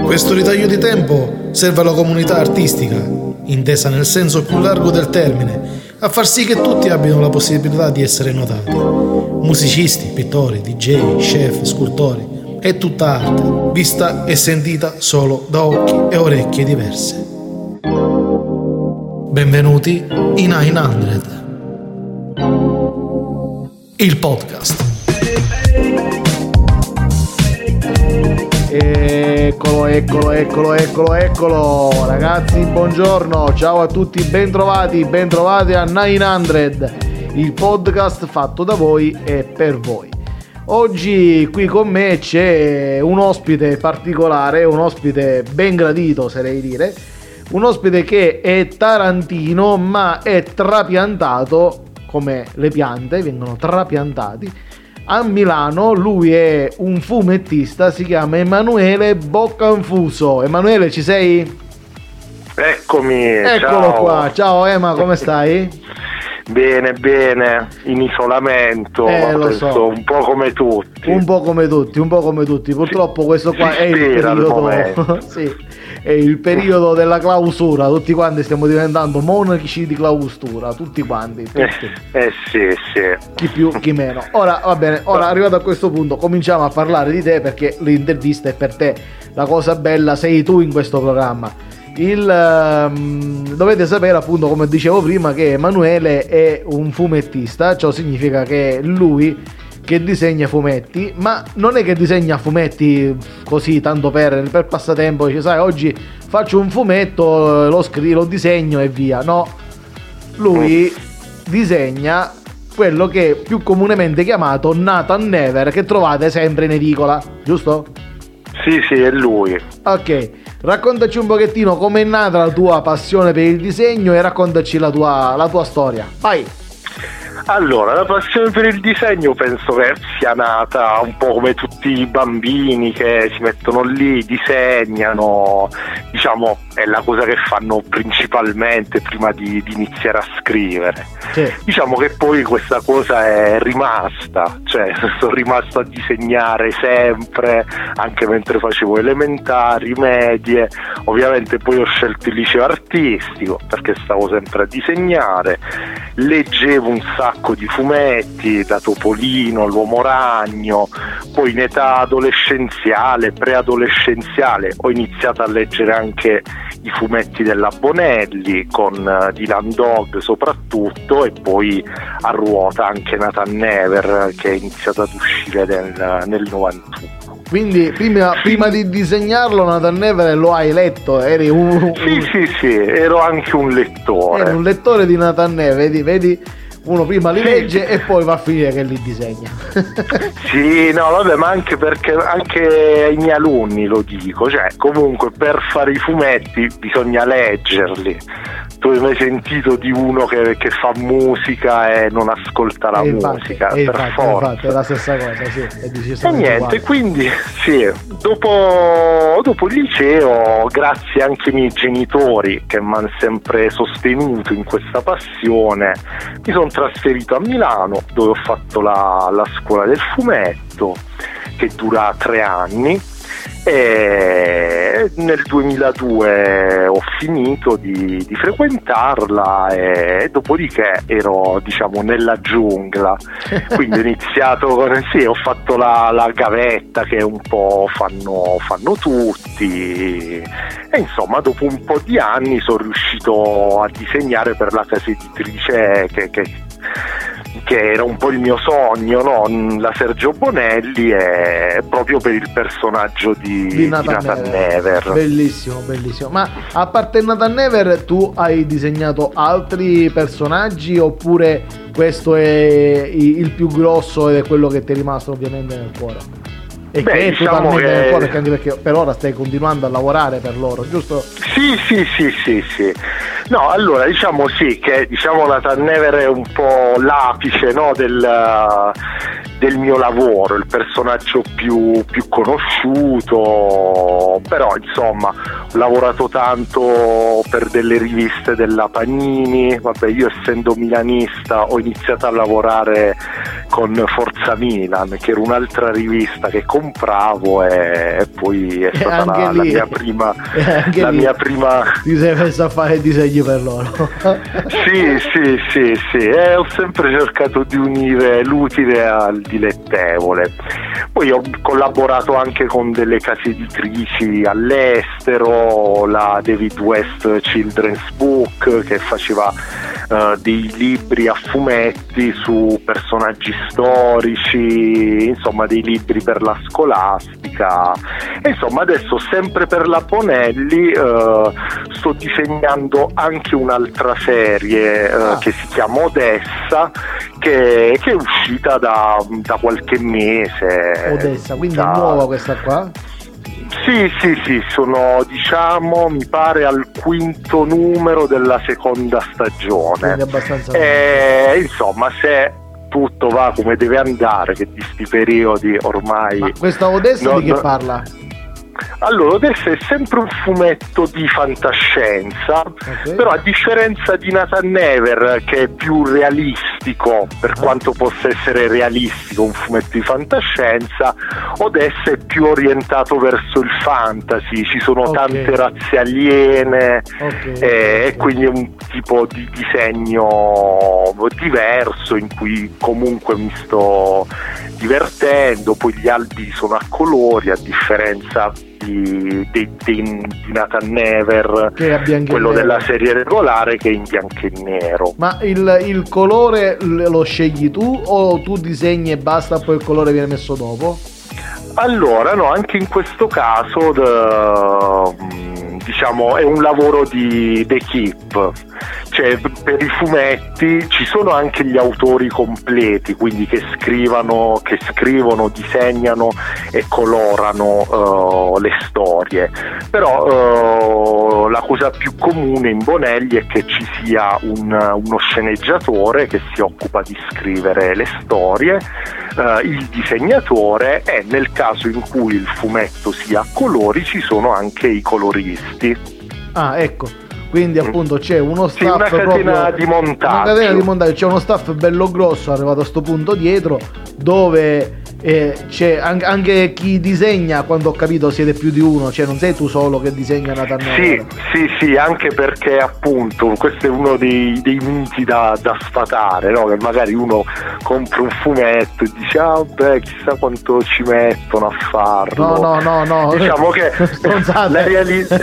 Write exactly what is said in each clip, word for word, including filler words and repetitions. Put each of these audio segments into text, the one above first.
Questo ritaglio di tempo serve alla comunità artistica, intesa nel senso più largo del termine, a far sì che tutti abbiano la possibilità di essere notati. Musicisti, pittori, D J, chef, scultori, è tutta arte, vista e sentita solo da occhi e orecchie diverse. Benvenuti in novecento, il podcast. Eccolo, eccolo, eccolo, eccolo, eccolo. Ragazzi, buongiorno, ciao a tutti, bentrovati, bentrovati a novecento, il podcast fatto da voi e per voi. Oggi qui con me c'è un ospite particolare, un ospite ben gradito, oserei dire, un ospite che è tarantino ma è trapiantato, come le piante vengono trapiantati, a Milano. Lui è un fumettista, si chiama Emanuele Boccanfuso. Emanuele, ci sei? Eccomi, Eccolo ciao. qua, ciao Ema, come stai? Bene, bene, in isolamento, Eh, lo penso, so. un po' come tutti. Un po' come tutti, un po' come tutti. Purtroppo questo qua si è il spera al periodo momento. sì, è il periodo della clausura. Tutti quanti stiamo diventando monaci di clausura, tutti quanti. Eh, tutti. eh sì, sì. Chi più, chi meno. Ora va bene, ora arrivato a questo punto cominciamo a parlare di te, perché l'intervista è per te. La cosa bella sei tu in questo programma. Il, um, dovete sapere, appunto, come dicevo prima, che Emanuele è un fumettista. Ciò significa che lui che disegna fumetti, ma non è che disegna fumetti così tanto per, per passatempo, dice sai oggi faccio un fumetto, lo scrivo, lo disegno e via. No, lui disegna quello che è più comunemente chiamato Nathan Never, che trovate sempre in edicola, giusto? Sì, sì, è lui. Ok, raccontaci un pochettino com'è nata la tua passione per il disegno e raccontaci la tua, la tua storia. Vai! Allora, la passione per il disegno penso che sia nata un po' come tutti i bambini che si mettono lì, disegnano, diciamo è la cosa che fanno principalmente prima di, di iniziare a scrivere. Sì. Diciamo che poi questa cosa è rimasta, cioè sono rimasto a disegnare sempre, anche mentre facevo elementari, medie. Ovviamente poi ho scelto il liceo artistico perché stavo sempre a disegnare, leggevo un sacco di fumetti, da Topolino, l'Uomo Ragno. Poi in età adolescenziale, preadolescenziale ho iniziato a leggere anche i fumetti della Bonelli, con uh, Dylan Dog soprattutto, e poi a ruota anche Nathan Never, che è iniziato ad uscire nel, nel novantuno. Quindi prima, prima di disegnarlo Nathan Never lo hai letto, eri un, un, Sì, sì, sì, ero anche un lettore. eri un lettore di Nathan Never, vedi, vedi? Uno prima li Sì. legge e poi va a finire che li disegna. Sì, no, vabbè, ma anche perché anche ai miei alunni lo dico, cioè comunque per fare i fumetti bisogna leggerli. Tu hai mai sentito di uno che, che fa musica e non ascolta la E infatti, musica? e Per infatti, forza. infatti, è la stessa cosa, sì. È E decisamente niente, uguale. quindi sì, dopo, dopo il liceo, grazie anche ai miei genitori che mi hanno sempre sostenuto in questa passione, mi sono trasferito a Milano, dove ho fatto la, la scuola del fumetto, che dura tre anni, e nel duemiladue ho finito di, di frequentarla, e dopodiché ero, diciamo, nella giungla. Quindi ho iniziato con, sì, ho fatto la, la gavetta che un po' fanno, fanno tutti, e insomma dopo un po' di anni sono riuscito a disegnare per la casa editrice che, che che era un po' il mio sogno, no? La Sergio Bonelli, è proprio per il personaggio di, Di Nathan, di Nathan Never. Never. Bellissimo, bellissimo. Ma a parte Nathan Never, tu hai disegnato altri personaggi oppure questo è il più grosso ed è quello che ti è rimasto ovviamente nel cuore? E Beh, che è diciamo totalmente che- nel cuore, anche perché per ora stai continuando a lavorare per loro, giusto? Sì, sì, sì, sì, sì. No, allora diciamo sì che diciamo Nathan Never è un po' l'apice, no, del, del mio lavoro, il personaggio più, più conosciuto, però insomma ho lavorato tanto per delle riviste della Panini. Vabbè, io essendo milanista ho iniziato a lavorare con Forza Milan, che era un'altra rivista che compravo, e, e poi è stata la, la mia prima la lì mia prima ti sei messo a fare disegni per loro. sì sì sì sì e ho sempre cercato di unire l'utile al dilettevole. Poi ho collaborato anche con delle case editrici all'estero, la David West Children's Book, che faceva uh, dei libri a fumetti su personaggi storici, insomma dei libri per la scolastica. E insomma adesso, sempre per la Bonelli, uh, sto disegnando anche un'altra serie uh, ah. che si chiama Odessa, che, che è uscita da, da qualche mese. Odessa, quindi da... è nuova questa qua? Sì, sì, sì, sono, diciamo, mi pare al quinto numero della seconda stagione. Quindi abbastanza. E, insomma, se tutto va come deve andare, che di sti periodi ormai... Ma questa Odessa no, di che no... parla? Allora, adesso è sempre un fumetto di fantascienza, okay. Però a differenza di Nathan Never, che è più realistico, per ah. quanto possa essere realistico un fumetto di fantascienza, Odessa è più orientato verso il fantasy, ci sono okay. tante razze aliene, okay. e, e quindi è un tipo di disegno diverso in cui comunque mi sto divertendo. Poi gli albi sono a colori, a differenza di, di, di, di Nathan Never, quello della serie regolare, che è in bianco e nero. Ma il, il colore lo scegli tu o tu disegni e basta, poi il colore viene messo dopo? Allora no, anche in questo caso the, diciamo è un lavoro di d'equipe, cioè per i fumetti ci sono anche gli autori completi, quindi che scrivano, che scrivono, disegnano e colorano uh, le storie, però uh, la cosa più comune in Bonelli è che ci sia un, uno sceneggiatore che si occupa di scrivere le storie, uh, il disegnatore, e nel caso in cui il fumetto sia a colori ci sono anche i coloristi. Ah, ecco. Quindi appunto c'è uno staff, sì, una catena proprio, di montaggio. Una catena di montaggio, c'è uno staff bello grosso arrivato a sto punto dietro, dove eh, c'è anche, anche chi disegna, quando ho capito siete più di uno, cioè non sei tu solo che disegna Nathan Never. Sì, sì, sì, anche perché appunto questo è uno dei, dei miti da, da sfatare, no? Che magari uno compra un fumetto e dice ah beh, chissà quanto ci mettono a farlo. No, no, no, no. Diciamo che la realizza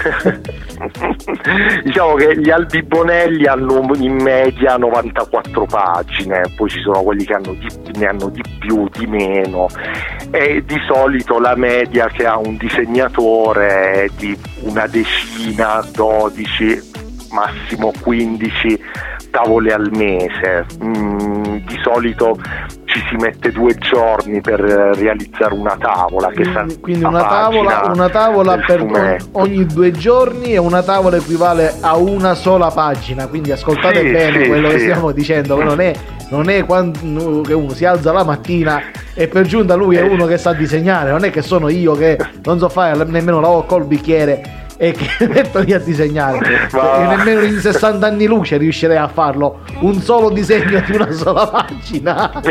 diciamo che gli albi Bonelli hanno in media novantaquattro pagine, poi ci sono quelli che hanno di, ne hanno di più, di meno, e di solito la media che ha un disegnatore è di una decina, dodici, massimo quindici tavole al mese. Mm, di solito ci si mette due giorni per realizzare una tavola, che quindi, quindi una tavola, una tavola per ogni, ogni due giorni, e una tavola equivale a una sola pagina, quindi ascoltate sì, bene sì, quello sì. che stiamo dicendo, che non è, non è quando che uno si alza la mattina e per giunta lui è uno che sa disegnare, non è che sono io che non so fare nemmeno lavoro col bicchiere e che metto lì a disegnare, ma... e nemmeno in sessanta anni luce riuscirei a farlo, un solo disegno di una sola pagina.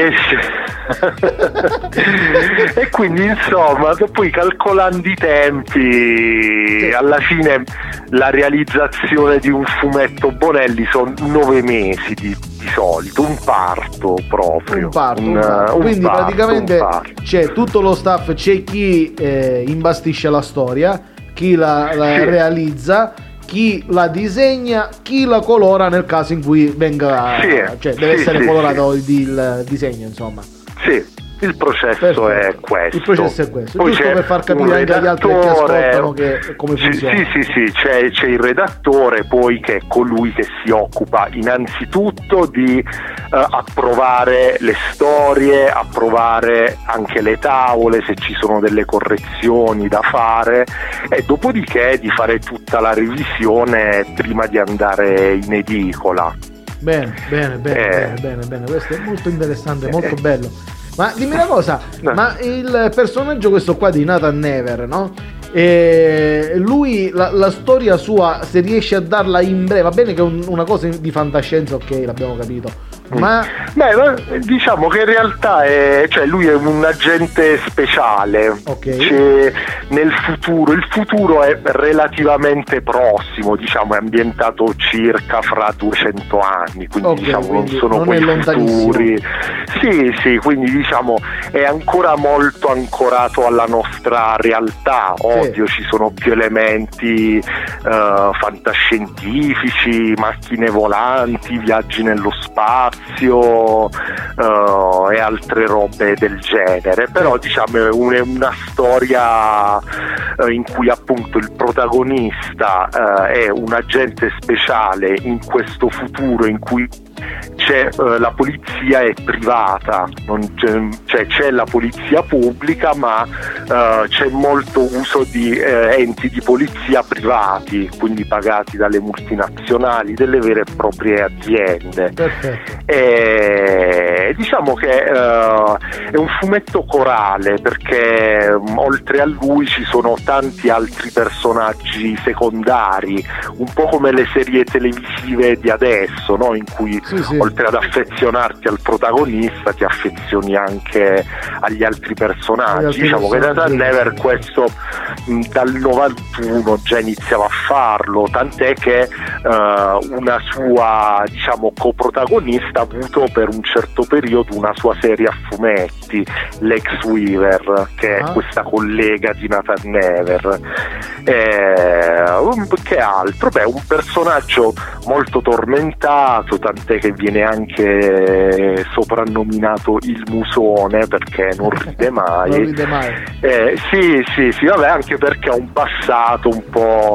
E quindi insomma, poi calcolando i tempi, sì. alla fine la realizzazione di un fumetto Bonelli sono nove mesi di, di solito, un parto proprio, un parto, un, un parto. Un quindi parto, praticamente c'è tutto lo staff, c'è chi eh, imbastisce la storia, chi la, la sì. realizza, chi la disegna, chi la colora nel caso in cui venga, sì. cioè deve sì, essere sì, colorato sì. il disegno, insomma. Sì. Il processo Perfetto. è questo. Il processo è questo. Poi giusto per far capire anche agli altri che ascoltano che, come funziona. Sì, sì, sì, c'è, c'è il redattore, poi, che è colui che si occupa innanzitutto di uh, approvare le storie, approvare anche le tavole se ci sono delle correzioni da fare, e dopodiché di fare tutta la revisione prima di andare in edicola. Bene, bene, bene, eh. bene, bene, bene. Questo è molto interessante, molto eh. bello. Ma dimmi una cosa, no. ma il personaggio questo qua di Nathan Never, no? E lui, la, la storia sua, se riesce a darla in breve, va bene che è un, una cosa di fantascienza, ok, l'abbiamo capito, Ma Beh, diciamo che in realtà è, cioè lui è un agente speciale. Ok. C'è nel futuro, il futuro è relativamente prossimo, diciamo è ambientato circa fra duecento anni, quindi Ok, diciamo quindi non sono non quei è lontanissimo. futuri. Sì, sì, quindi diciamo è ancora molto ancorato alla nostra realtà. Ovvio, ci sono più elementi eh, fantascientifici, macchine volanti, viaggi nello spazio eh, e altre robe del genere, però diciamo è un- è una storia eh, in cui appunto il protagonista eh, è un agente speciale in questo futuro in cui c'è eh, la polizia è privata, non c'è, cioè c'è la polizia pubblica, ma eh, c'è molto uso di eh, enti di polizia privati, quindi pagati dalle multinazionali, delle vere e proprie aziende. perfetto. E diciamo che eh, è un fumetto corale, perché mh, oltre a lui ci sono tanti altri personaggi secondari, un po' come le serie televisive di adesso, no? In cui Sì, sì. oltre ad affezionarti al protagonista ti affezioni anche agli altri personaggi. Agli altri Diciamo che personaggi. Nathan Never questo mh, dal novantuno già iniziava a farlo, tant'è che eh, una sua, diciamo, coprotagonista ha avuto per un certo periodo una sua serie a fumetti, Lex Weaver, che è Ah. questa collega di Nathan Never. Eh, un- che altro? Beh, un personaggio molto tormentato, tant'è che viene anche soprannominato il musone perché non ride mai. Non ride mai. Eh, sì, sì, sì, vabbè, anche perché ha un passato un po'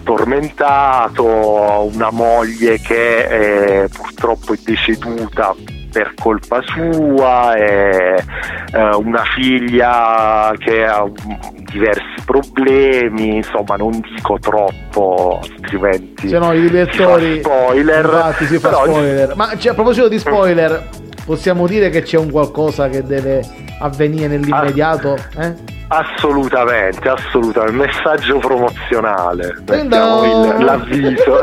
tormentato, una moglie che eh, purtroppo è deceduta per colpa sua, e eh, una figlia che ha mm, diversi problemi, insomma non dico troppo altrimenti Se no i lettori, si fa spoiler, infatti si fa però- spoiler. Ma cioè, a proposito di spoiler, possiamo dire che c'è un qualcosa che deve avvenire nell'immediato? Eh? Assolutamente, assolutamente, messaggio promozionale, Ding mettiamo dong. il- l'avviso.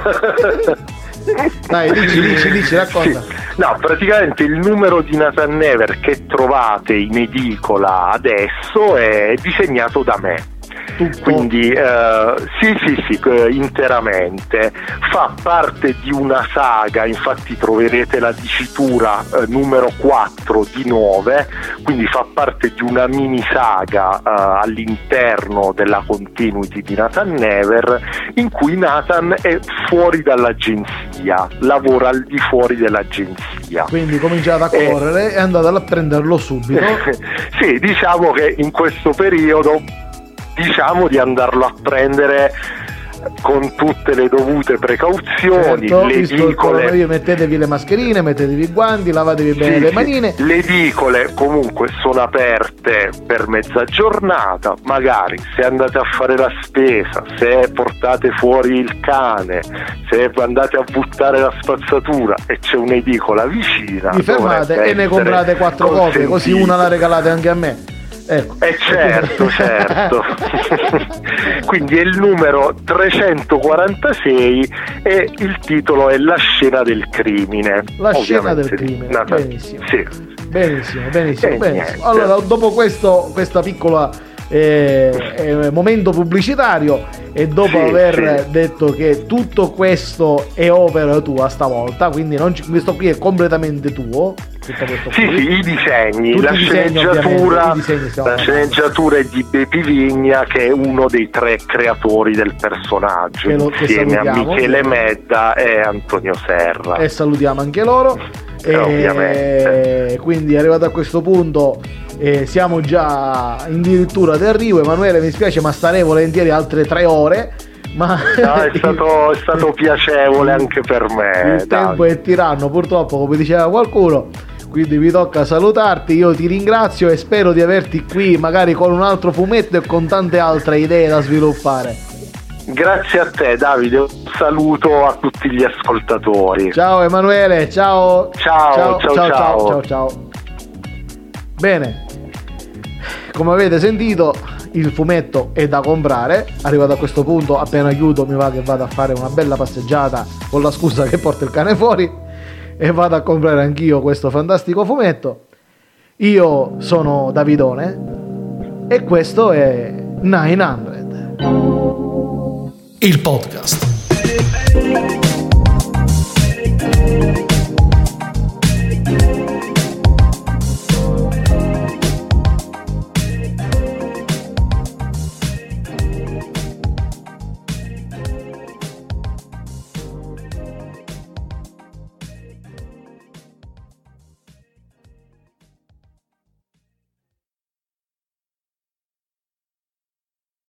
Dai, dici, dici, dici, racconta. Sì. No, praticamente il numero di Nathan Never che trovate in edicola adesso è disegnato da me. Tutto. Quindi eh, sì sì sì eh, interamente, fa parte di una saga, infatti troverete la dicitura eh, numero quattro di nove, quindi fa parte di una mini saga eh, all'interno della continuity di Nathan Never, in cui Nathan è fuori dall'agenzia, lavora al di fuori dell'agenzia. Quindi cominciate a Eh. correre e andate a prenderlo subito. Sì, diciamo che in questo periodo diciamo di andarlo a prendere con tutte le dovute precauzioni, Certo, le visto il edicole. coronavirus, mettetevi le mascherine, mettetevi i guanti, lavatevi bene Sì, le sì, manine. le edicole comunque sono aperte per mezza giornata, magari se andate a fare la spesa, se portate fuori il cane, se andate a buttare la spazzatura e c'è un'edicola vicina, Vi fermate dovrebbe e ne essere comprate quattro copie, così consentito. una la regalate anche a me. Ecco. Eh certo, certo. Quindi è il numero trecentoquarantasei e il titolo è La scena del crimine. La scena Ovviamente del crimine, nata- benissimo. Sì. Benissimo, benissimo, E benissimo. niente. Allora, dopo questo, questa piccola eh, eh, momento pubblicitario e dopo Sì, aver sì. detto che tutto questo è opera tua stavolta, quindi non ci- questo qui è completamente tuo, tutto questo Sì, qui. sì, i disegni, Tutti la i disegni, sceneggiatura, ovviamente, i disegni stiamo la parlando. sceneggiatura è di Bepi Vigna, che è uno dei tre creatori del personaggio, Che lo- che insieme a salutiamo. Michele Medda e Antonio Serra. E salutiamo anche loro. Eh, ovviamente. Quindi arrivato a questo punto eh, siamo già addirittura d'arrivo. Emanuele, mi spiace, ma starei volentieri altre tre ore. Ma No, è stato, è stato piacevole anche per me. il tempo dai. è tiranno, purtroppo, come diceva qualcuno. Quindi mi tocca salutarti. Io ti ringrazio e spero di averti qui magari con un altro fumetto e con tante altre idee da sviluppare. Grazie a te Davide, un saluto a tutti gli ascoltatori. Ciao Emanuele, ciao. Ciao, ciao, ciao, ciao, ciao. ciao, ciao. Bene, come avete sentito, il fumetto è da comprare. Arrivato a questo punto, appena chiudo mi va che vado a fare una bella passeggiata con la scusa che porto il cane fuori. e vado a comprare anch'io questo fantastico fumetto. Io sono Davidone e questo è nove cento. Il podcast.